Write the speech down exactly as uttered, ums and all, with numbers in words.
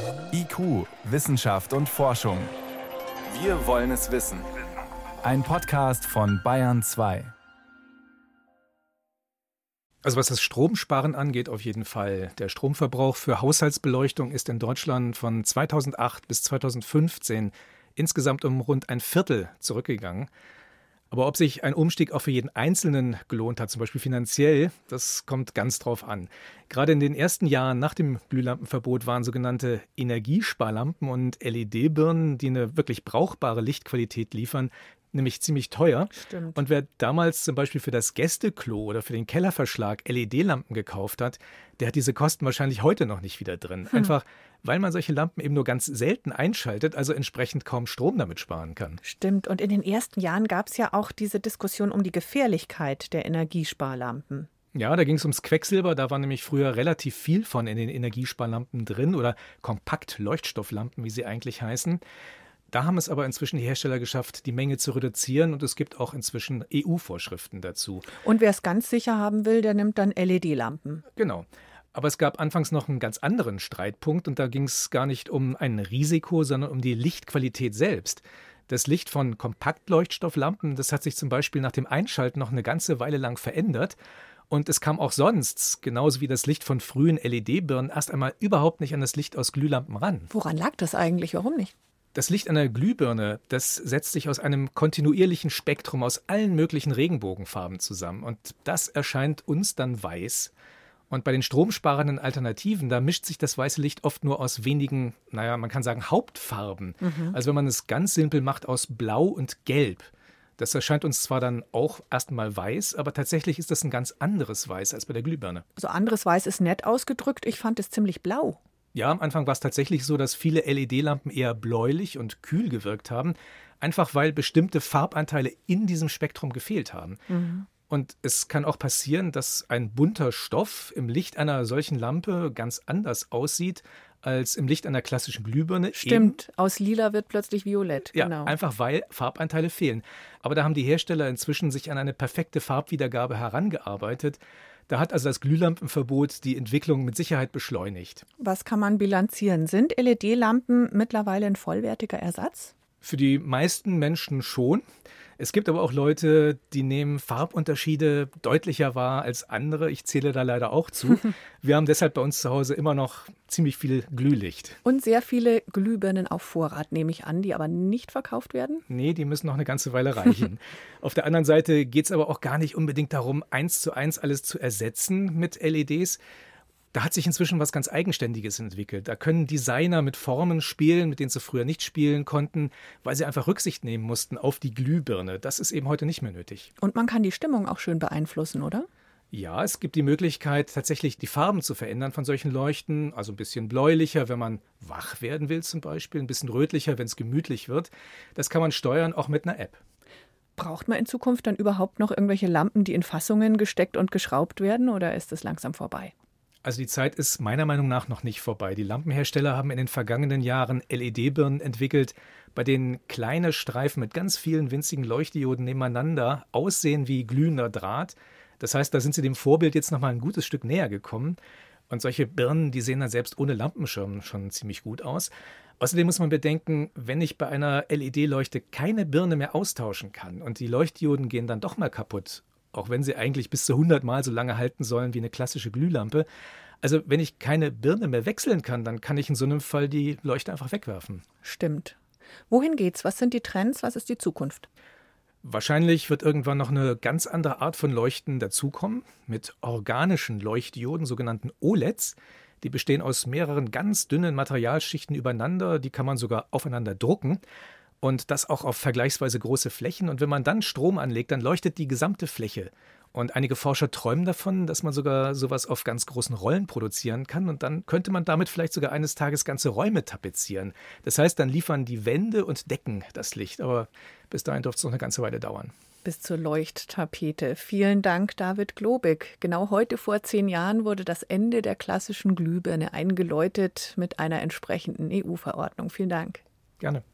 I Q, Wissenschaft und Forschung. Wir wollen es wissen. Ein Podcast von Bayern zwei. Also was das Stromsparen angeht, auf jeden Fall. Der Stromverbrauch für Haushaltsbeleuchtung ist in Deutschland von zweitausendacht bis zweitausendfünfzehn insgesamt um rund ein Viertel zurückgegangen. Aber ob sich ein Umstieg auch für jeden Einzelnen gelohnt hat, zum Beispiel finanziell, das kommt ganz drauf an. Gerade in den ersten Jahren nach dem Glühlampenverbot waren sogenannte Energiesparlampen und L E D-Birnen, die eine wirklich brauchbare Lichtqualität liefern, nämlich ziemlich teuer. Stimmt. Und wer damals zum Beispiel für das Gästeklo oder für den Kellerverschlag L E D-Lampen gekauft hat, der hat diese Kosten wahrscheinlich heute noch nicht wieder drin. Hm. Einfach, weil man solche Lampen eben nur ganz selten einschaltet, also entsprechend kaum Strom damit sparen kann. Stimmt. Und in den ersten Jahren gab es ja auch diese Diskussion um die Gefährlichkeit der Energiesparlampen. Ja, da ging es ums Quecksilber. Da war nämlich früher relativ viel von in den Energiesparlampen drin oder Kompakt-Leuchtstofflampen, wie sie eigentlich heißen. Da haben es aber inzwischen die Hersteller geschafft, die Menge zu reduzieren, und es gibt auch inzwischen E U-Vorschriften dazu. Und wer es ganz sicher haben will, der nimmt dann L E D-Lampen. Genau. Aber es gab anfangs noch einen ganz anderen Streitpunkt, und da ging es gar nicht um ein Risiko, sondern um die Lichtqualität selbst. Das Licht von Kompaktleuchtstofflampen, das hat sich zum Beispiel nach dem Einschalten noch eine ganze Weile lang verändert. Und es kam auch sonst, genauso wie das Licht von frühen L E D-Birnen, erst einmal überhaupt nicht an das Licht aus Glühlampen ran. Woran lag das eigentlich? Warum nicht? Das Licht einer Glühbirne, das setzt sich aus einem kontinuierlichen Spektrum aus allen möglichen Regenbogenfarben zusammen. Und das erscheint uns dann weiß. Und bei den stromsparenden Alternativen, da mischt sich das weiße Licht oft nur aus wenigen, naja, man kann sagen Hauptfarben. Mhm. Also wenn man es ganz simpel macht, aus Blau und Gelb. Das erscheint uns zwar dann auch erstmal weiß, aber tatsächlich ist das ein ganz anderes Weiß als bei der Glühbirne. Also anderes Weiß ist nett ausgedrückt. Ich fand es ziemlich blau. Ja, am Anfang war es tatsächlich so, dass viele L E D-Lampen eher bläulich und kühl gewirkt haben, einfach weil bestimmte Farbanteile in diesem Spektrum gefehlt haben. Mhm. Und es kann auch passieren, dass ein bunter Stoff im Licht einer solchen Lampe ganz anders aussieht als im Licht einer klassischen Glühbirne. Stimmt, Eben, aus lila wird plötzlich violett. Ja, genau. Einfach weil Farbanteile fehlen. Aber da haben die Hersteller inzwischen sich an eine perfekte Farbwiedergabe herangearbeitet. Da hat also das Glühlampenverbot die Entwicklung mit Sicherheit beschleunigt. Was kann man bilanzieren? Sind L E D-Lampen mittlerweile ein vollwertiger Ersatz? Für die meisten Menschen schon. Es gibt aber auch Leute, die nehmen Farbunterschiede deutlicher wahr als andere. Ich zähle da leider auch zu. Wir haben deshalb bei uns zu Hause immer noch ziemlich viel Glühlicht. Und sehr viele Glühbirnen auf Vorrat, nehme ich an, die aber nicht verkauft werden? Nee, die müssen noch eine ganze Weile reichen. Auf der anderen Seite geht es aber auch gar nicht unbedingt darum, eins zu eins alles zu ersetzen mit L E Ds. Da hat sich inzwischen was ganz Eigenständiges entwickelt. Da können Designer mit Formen spielen, mit denen sie früher nicht spielen konnten, weil sie einfach Rücksicht nehmen mussten auf die Glühbirne. Das ist eben heute nicht mehr nötig. Und man kann die Stimmung auch schön beeinflussen, oder? Ja, es gibt die Möglichkeit, tatsächlich die Farben zu verändern von solchen Leuchten. Also ein bisschen bläulicher, wenn man wach werden will zum Beispiel, ein bisschen rötlicher, wenn es gemütlich wird. Das kann man steuern, auch mit einer App. Braucht man in Zukunft dann überhaupt noch irgendwelche Lampen, die in Fassungen gesteckt und geschraubt werden, oder ist es langsam vorbei? Also die Zeit ist meiner Meinung nach noch nicht vorbei. Die Lampenhersteller haben in den vergangenen Jahren L E D-Birnen entwickelt, bei denen kleine Streifen mit ganz vielen winzigen Leuchtdioden nebeneinander aussehen wie glühender Draht. Das heißt, da sind sie dem Vorbild jetzt noch mal ein gutes Stück näher gekommen. Und solche Birnen, die sehen dann selbst ohne Lampenschirm schon ziemlich gut aus. Außerdem muss man bedenken, wenn ich bei einer L E D-Leuchte keine Birne mehr austauschen kann und die Leuchtdioden gehen dann doch mal kaputt, auch wenn sie eigentlich bis zu hundert Mal so lange halten sollen wie eine klassische Glühlampe. Also wenn ich keine Birne mehr wechseln kann, dann kann ich in so einem Fall die Leuchte einfach wegwerfen. Stimmt. Wohin geht's? Was sind die Trends? Was ist die Zukunft? Wahrscheinlich wird irgendwann noch eine ganz andere Art von Leuchten dazukommen, mit organischen Leuchtdioden, sogenannten O L E Ds. Die bestehen aus mehreren ganz dünnen Materialschichten übereinander, die kann man sogar aufeinander drucken. Und das auch auf vergleichsweise große Flächen. Und wenn man dann Strom anlegt, dann leuchtet die gesamte Fläche. Und einige Forscher träumen davon, dass man sogar sowas auf ganz großen Rollen produzieren kann. Und dann könnte man damit vielleicht sogar eines Tages ganze Räume tapezieren. Das heißt, dann liefern die Wände und Decken das Licht. Aber bis dahin dürfte es noch eine ganze Weile dauern. Bis zur Leuchttapete. Vielen Dank, David Globig. Genau heute vor zehn Jahren wurde das Ende der klassischen Glühbirne eingeläutet mit einer entsprechenden E U-Verordnung. Vielen Dank. Gerne.